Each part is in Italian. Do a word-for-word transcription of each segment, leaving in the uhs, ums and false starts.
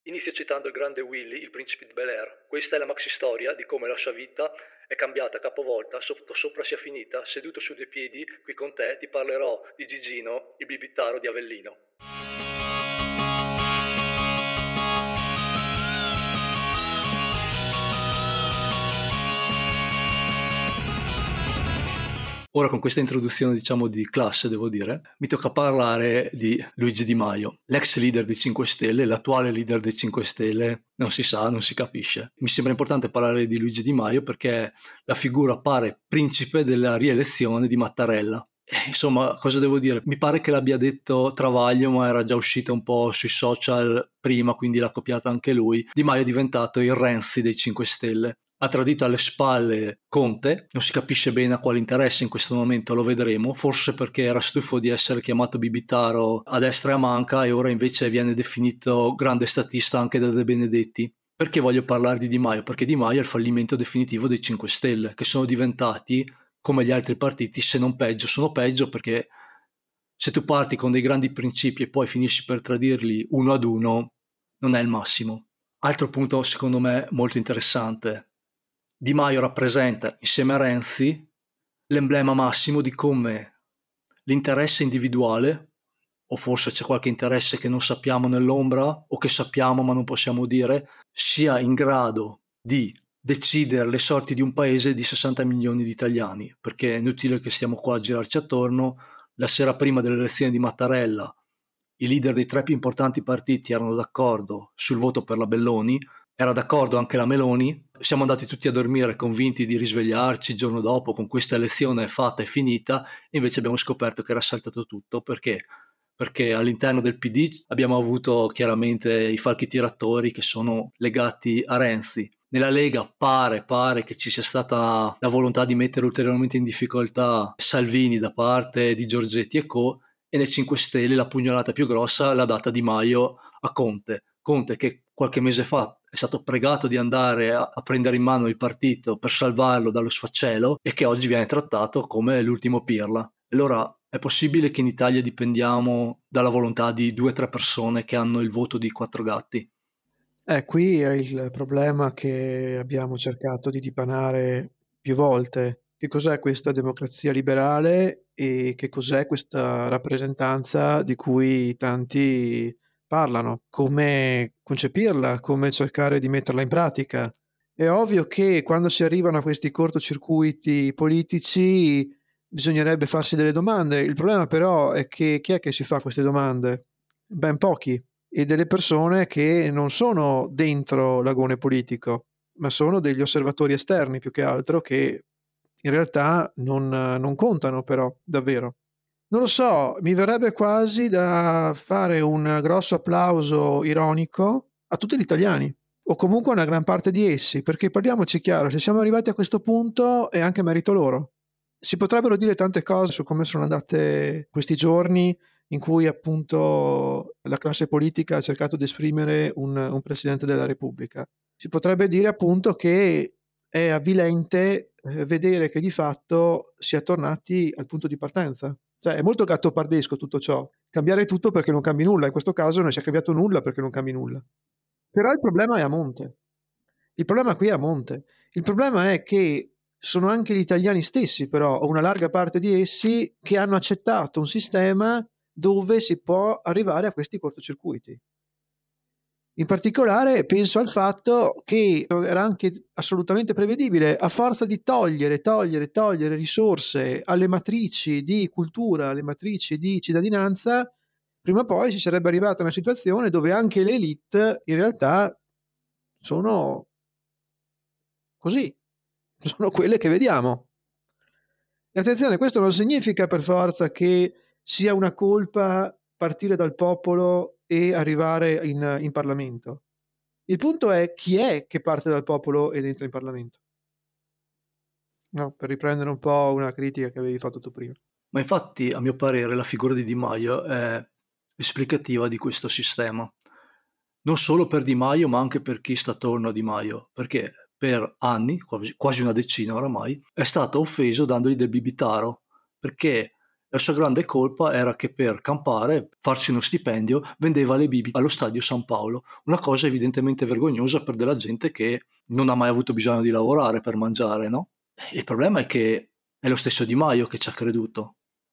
Inizia citando il grande Willy, il principe di Bel-Air. Questa è la maxi storia di come la sua vita è cambiata capovolta, sotto sopra sia finita, seduto su due piedi, qui con te ti parlerò di Gigino, il bibitaro di Avellino. Ora con questa introduzione diciamo di classe, devo dire, mi tocca parlare di Luigi Di Maio, l'ex leader dei cinque Stelle, l'attuale leader dei cinque Stelle, non si sa, non si capisce. Mi sembra importante parlare di Luigi Di Maio perché la figura pare principe della rielezione di Mattarella. E, insomma, cosa devo dire? Mi pare che l'abbia detto Travaglio, ma era già uscita un po' sui social prima, quindi l'ha copiata anche lui. Di Maio è diventato il Renzi dei cinque Stelle. Ha tradito alle spalle Conte, non si capisce bene a quale interesse in questo momento, lo vedremo, forse perché era stufo di essere chiamato bibitaro a destra e a manca e ora invece viene definito grande statista anche da De Benedetti. Perché voglio parlare di Di Maio? Perché Di Maio è il fallimento definitivo dei cinque Stelle, che sono diventati, come gli altri partiti, se non peggio, sono peggio perché se tu parti con dei grandi principi e poi finisci per tradirli uno ad uno, non è il massimo. Altro punto secondo me molto interessante. Di Maio rappresenta, insieme a Renzi, l'emblema massimo di come l'interesse individuale, o forse c'è qualche interesse che non sappiamo nell'ombra, o che sappiamo ma non possiamo dire, sia in grado di decidere le sorti di un paese di sessanta milioni di italiani, perché è inutile che stiamo qua a girarci attorno. La sera prima delle elezioni di Mattarella, i leader dei tre più importanti partiti erano d'accordo sul voto per la Belloni, era d'accordo anche la Meloni, siamo andati tutti a dormire convinti di risvegliarci il giorno dopo con questa elezione fatta e finita, e invece abbiamo scoperto che era saltato tutto. Perché? Perché all'interno del P D abbiamo avuto chiaramente i falchi tiratori che sono legati a Renzi. Nella Lega pare, pare che ci sia stata la volontà di mettere ulteriormente in difficoltà Salvini da parte di Giorgetti e co, e nei cinque Stelle la pugnalata più grossa l'ha data Di Maio a Conte. Conte che qualche mese fa è stato pregato di andare a, a prendere in mano il partito per salvarlo dallo sfacelo e che oggi viene trattato come l'ultimo pirla. Allora è possibile che in Italia dipendiamo dalla volontà di due o tre persone che hanno il voto di quattro gatti? Eh, qui è il problema che abbiamo cercato di dipanare più volte. Che cos'è questa democrazia liberale e che cos'è questa rappresentanza di cui tanti parlano? Come concepirla? Come cercare di metterla in pratica? È ovvio che quando si arrivano a questi cortocircuiti politici bisognerebbe farsi delle domande. Il problema però è che chi è che si fa queste domande? Ben pochi. E delle persone che non sono dentro l'agone politico, ma sono degli osservatori esterni più che altro, che in realtà non, non contano però davvero. Non lo so, mi verrebbe quasi da fare un grosso applauso ironico a tutti gli italiani, o comunque a una gran parte di essi, perché parliamoci chiaro, se siamo arrivati a questo punto è anche merito loro. Si potrebbero dire tante cose su come sono andate questi giorni in cui appunto la classe politica ha cercato di esprimere un, un Presidente della Repubblica. Si potrebbe dire appunto che è avvilente eh, vedere che di fatto si è tornati al punto di partenza. Cioè è molto gattopardesco tutto ciò. Cambiare tutto perché non cambi nulla. In questo caso non si è cambiato nulla perché non cambi nulla. Però il problema è a monte. Il problema qui è a monte. Il problema è che sono anche gli italiani stessi, però, o una larga parte di essi, che hanno accettato un sistema dove si può arrivare a questi cortocircuiti. In particolare penso al fatto che era anche assolutamente prevedibile, a forza di togliere, togliere, togliere risorse alle matrici di cultura, alle matrici di cittadinanza, prima o poi si sarebbe arrivata a una situazione dove anche le elite in realtà sono così, sono quelle che vediamo. E attenzione, questo non significa per forza che sia una colpa partire dal popolo e arrivare in, in Parlamento. Il punto è chi è che parte dal popolo ed entra in Parlamento. No, per riprendere un po' una critica che avevi fatto tu prima. Ma infatti, a mio parere, la figura di Di Maio è esplicativa di questo sistema. Non solo per Di Maio, ma anche per chi sta attorno a Di Maio, perché per anni, quasi una decina oramai, è stato offeso dandogli del bibitaro, perché La sua grande colpa era che per campare, farsi uno stipendio, vendeva le Bibbie allo stadio San Paolo, una cosa evidentemente vergognosa per della gente che non ha mai avuto bisogno di lavorare per mangiare, no? Il problema è che è lo stesso Di Maio che ci ha creduto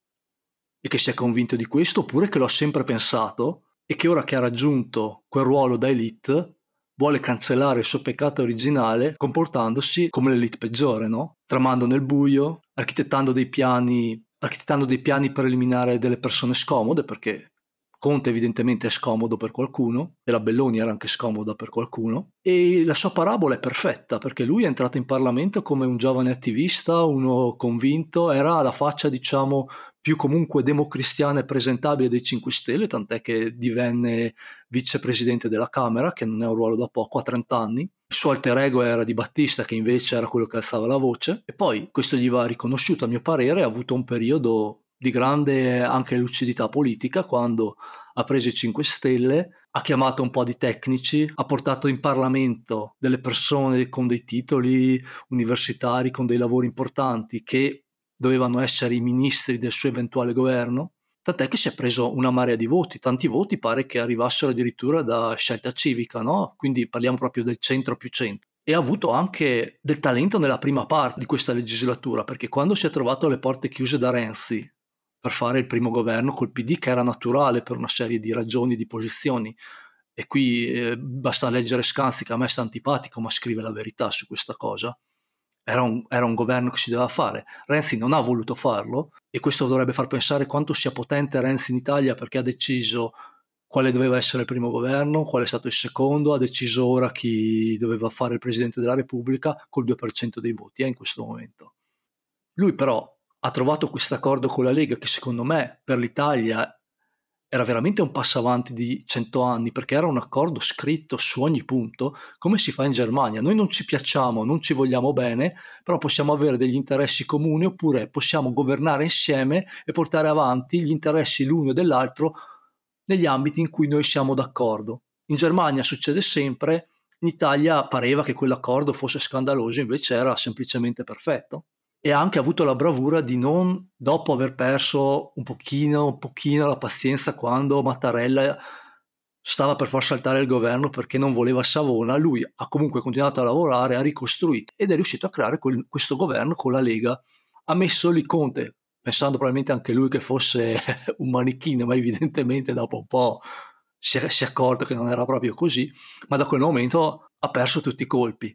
e che si è convinto di questo, oppure che lo ha sempre pensato e che ora che ha raggiunto quel ruolo da elite vuole cancellare il suo peccato originale comportandosi come l'elite peggiore, no? Tramando nel buio, architettando dei piani, architettando dei piani per eliminare delle persone scomode, perché Conte evidentemente è scomodo per qualcuno, e la Belloni era anche scomoda per qualcuno, e la sua parabola è perfetta, perché lui è entrato in Parlamento come un giovane attivista, uno convinto, era la faccia, diciamo, più comunque democristiana e presentabile dei cinque Stelle, tant'è che divenne vicepresidente della Camera, che non è un ruolo da poco, a trenta anni. Il suo alter ego era Di Battista, che invece era quello che alzava la voce, e poi questo gli va riconosciuto, a mio parere. Ha avuto un periodo di grande anche lucidità politica quando ha preso i cinque Stelle, ha chiamato un po' di tecnici, ha portato in Parlamento delle persone con dei titoli universitari, con dei lavori importanti, che dovevano essere i ministri del suo eventuale governo, tant'è che si è preso una marea di voti, tanti voti pare che arrivassero addirittura da Scelta Civica, no? Quindi parliamo proprio del centro più centro. E ha avuto anche del talento nella prima parte di questa legislatura, perché quando si è trovato alle porte chiuse da Renzi per fare il primo governo col P D, che era naturale per una serie di ragioni, di posizioni, e qui eh, basta leggere Scanzi, che a me sta antipatico, ma scrive la verità su questa cosa. Era un, era un governo che si doveva fare. Renzi non ha voluto farlo, e questo dovrebbe far pensare quanto sia potente Renzi in Italia, perché ha deciso quale doveva essere il primo governo, quale è stato il secondo, ha deciso ora chi doveva fare il Presidente della Repubblica col due per cento dei voti, è in questo momento. Lui però ha trovato questo accordo con la Lega che secondo me per l'Italia era veramente un passo avanti di cento anni, perché era un accordo scritto su ogni punto, come si fa in Germania. Noi non ci piacciamo, non ci vogliamo bene, però possiamo avere degli interessi comuni, oppure possiamo governare insieme e portare avanti gli interessi l'uno e dell'altro negli ambiti in cui noi siamo d'accordo. In Germania succede sempre, in Italia pareva che quell'accordo fosse scandaloso, invece era semplicemente perfetto. E ha anche avuto la bravura di non, dopo aver perso un pochino, un pochino la pazienza quando Mattarella stava per far saltare il governo perché non voleva Savona, lui ha comunque continuato a lavorare, ha ricostruito ed è riuscito a creare quel, questo governo con la Lega. Ha messo lì Conte, pensando probabilmente anche lui che fosse un manichino, ma evidentemente dopo un po' si è, si è accorto che non era proprio così, ma da quel momento ha perso tutti i colpi.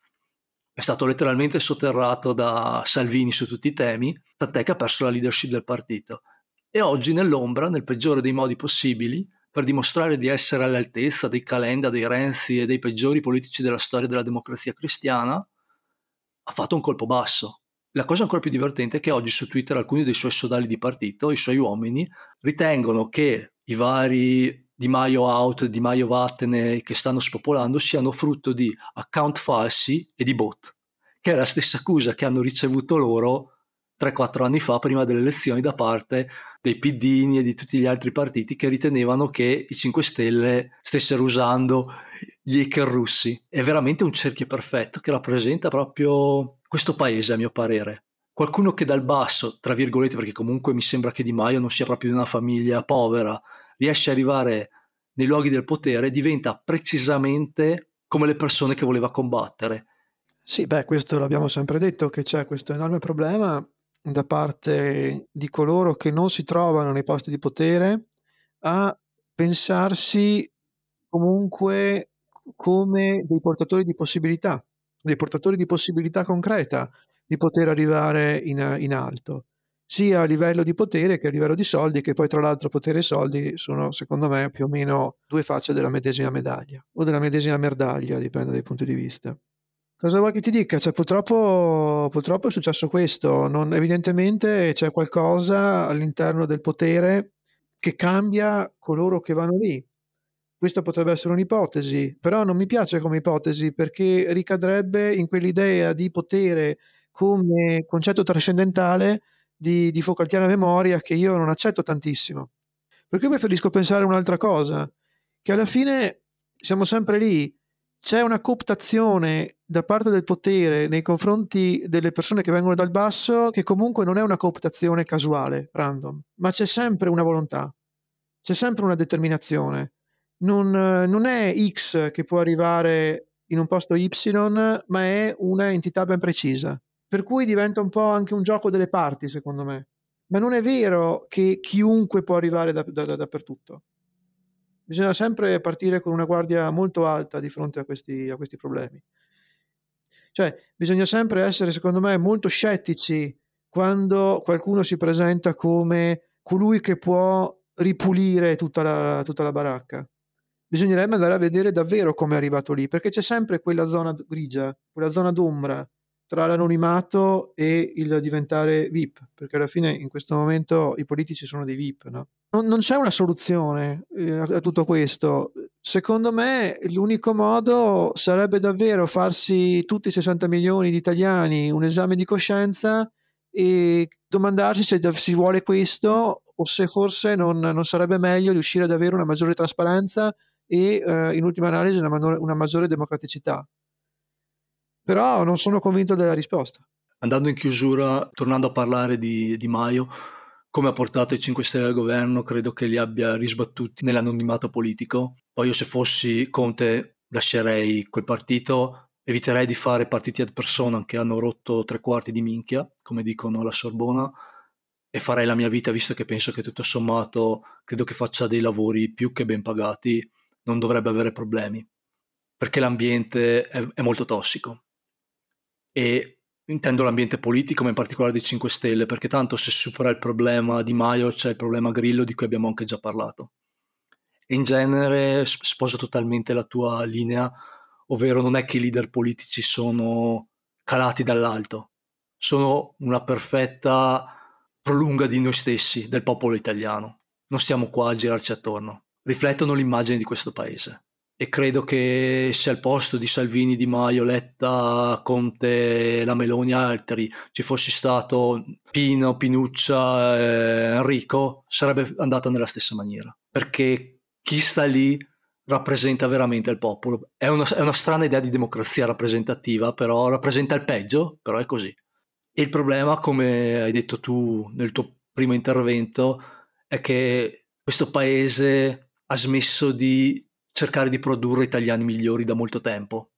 È stato letteralmente sotterrato da Salvini su tutti i temi, tant'è che ha perso la leadership del partito. E oggi nell'ombra, nel peggiore dei modi possibili, per dimostrare di essere all'altezza dei Calenda, dei Renzi e dei peggiori politici della storia della democrazia cristiana, ha fatto un colpo basso. La cosa ancora più divertente è che oggi su Twitter alcuni dei suoi sodali di partito, i suoi uomini, ritengono che i vari Di Maio out, Di Maio vattene che stanno spopolando siano frutto di account falsi e di bot, che è la stessa accusa che hanno ricevuto loro tre quattro anni fa prima delle elezioni da parte dei Piddini e di tutti gli altri partiti che ritenevano che i cinque Stelle stessero usando gli hacker russi. È veramente un cerchio perfetto che rappresenta proprio questo paese, a mio parere. Qualcuno che dal basso, tra virgolette, perché comunque mi sembra che Di Maio non sia proprio di una famiglia povera, riesce ad arrivare nei luoghi del potere, diventa precisamente come le persone che voleva combattere. Sì, beh, questo l'abbiamo sempre detto, che c'è questo enorme problema da parte di coloro che non si trovano nei posti di potere a pensarsi comunque come dei portatori di possibilità, dei portatori di possibilità concreta di poter arrivare in, in alto, sia a livello di potere che a livello di soldi, che poi tra l'altro potere e soldi sono secondo me più o meno due facce della medesima medaglia, o della medesima merdaglia, dipende dai punti di vista. Cosa vuoi che ti dica? Cioè, purtroppo, purtroppo è successo questo. Non, evidentemente c'è qualcosa all'interno del potere che cambia coloro che vanno lì. Questa potrebbe essere un'ipotesi, però non mi piace come ipotesi perché ricadrebbe in quell'idea di potere come concetto trascendentale di, di Foucaultiana memoria che io non accetto tantissimo. Perché io preferisco pensare un'altra cosa, che alla fine siamo sempre lì. C'è una cooptazione da parte del potere nei confronti delle persone che vengono dal basso, che comunque non è una cooptazione casuale, random, ma c'è sempre una volontà, c'è sempre una determinazione. Non, non è X che può arrivare in un posto Y, ma è una entità ben precisa. Per cui diventa un po' anche un gioco delle parti, secondo me. Ma non è vero che chiunque può arrivare da, da, da, dappertutto. Bisogna sempre partire con una guardia molto alta di fronte a questi, a questi problemi. Cioè, bisogna sempre essere, secondo me, molto scettici quando qualcuno si presenta come colui che può ripulire tutta la, tutta la baracca. Bisognerebbe andare a vedere davvero come è arrivato lì, perché c'è sempre quella zona grigia, quella zona d'ombra tra l'anonimato e il diventare V I P, perché alla fine in questo momento i politici sono dei V I P, no? Non, non c'è una soluzione eh, a, a tutto questo. Secondo me l'unico modo sarebbe davvero farsi tutti i sessanta milioni di italiani un esame di coscienza e domandarsi se si vuole questo o se forse non, non sarebbe meglio riuscire ad avere una maggiore trasparenza e eh, in ultima analisi una, manor- una maggiore democraticità. Però non sono convinto della risposta. Andando in chiusura, tornando a parlare di Di Maio, come ha portato i cinque Stelle al governo, credo che li abbia risbattuti nell'anonimato politico. Poi io se fossi Conte lascerei quel partito, eviterei di fare partiti ad persona che hanno rotto tre quarti di minchia, come dicono alla Sorbona, e farei la mia vita, visto che penso che tutto sommato credo che faccia dei lavori più che ben pagati, non dovrebbe avere problemi, perché l'ambiente è, è molto tossico. E intendo l'ambiente politico, ma in particolare dei cinque Stelle, perché tanto se supera il problema Di Maio c'è il problema Grillo di cui abbiamo anche già parlato. E in genere sposo totalmente la tua linea, ovvero non è che i leader politici sono calati dall'alto, sono una perfetta prolunga di noi stessi, del popolo italiano. Non stiamo qua a girarci attorno, riflettono l'immagine di questo paese. E credo che se al posto di Salvini, Di Maio, Letta, Conte, la Meloni e altri ci fosse stato Pino, Pinuccia, eh, Enrico, sarebbe andata nella stessa maniera, perché chi sta lì rappresenta veramente il popolo. È una, è una strana idea di democrazia rappresentativa, però rappresenta il peggio, però è così. E il problema, come hai detto tu nel tuo primo intervento, è che questo paese ha smesso di cercare di produrre italiani migliori da molto tempo.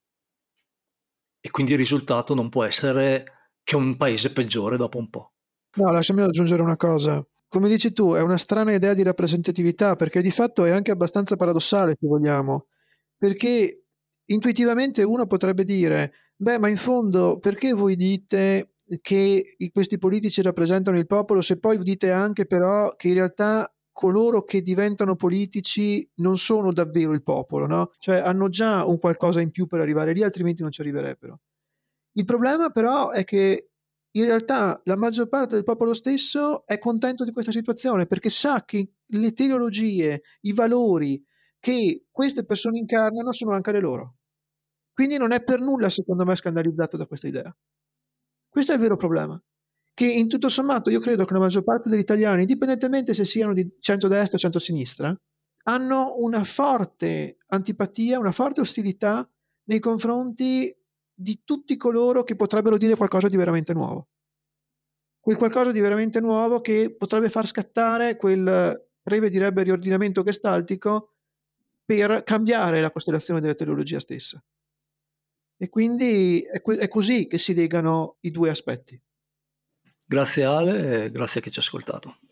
E quindi il risultato non può essere che un paese peggiore dopo un po'. No, lasciami aggiungere una cosa. Come dici tu, è una strana idea di rappresentatività, perché di fatto è anche abbastanza paradossale, se vogliamo, perché intuitivamente uno potrebbe dire, beh, ma in fondo perché voi dite che i- questi politici rappresentano il popolo, se poi dite anche però che in realtà coloro che diventano politici non sono davvero il popolo, no? Cioè hanno già un qualcosa in più per arrivare lì, altrimenti non ci arriverebbero. Il problema però è che in realtà la maggior parte del popolo stesso è contento di questa situazione perché sa che le teologie, i valori che queste persone incarnano sono anche le loro. Quindi non è per nulla, secondo me, scandalizzato da questa idea. Questo è il vero problema. Che in tutto sommato io credo che la maggior parte degli italiani, indipendentemente se siano di centrodestra o centrosinistra, hanno una forte antipatia, una forte ostilità nei confronti di tutti coloro che potrebbero dire qualcosa di veramente nuovo. Quel qualcosa di veramente nuovo che potrebbe far scattare quel, breve direbbe, riordinamento gestaltico per cambiare la costellazione della teologia stessa. E quindi è, que- è così che si legano i due aspetti. Grazie Ale e grazie a chi ci ha ascoltato.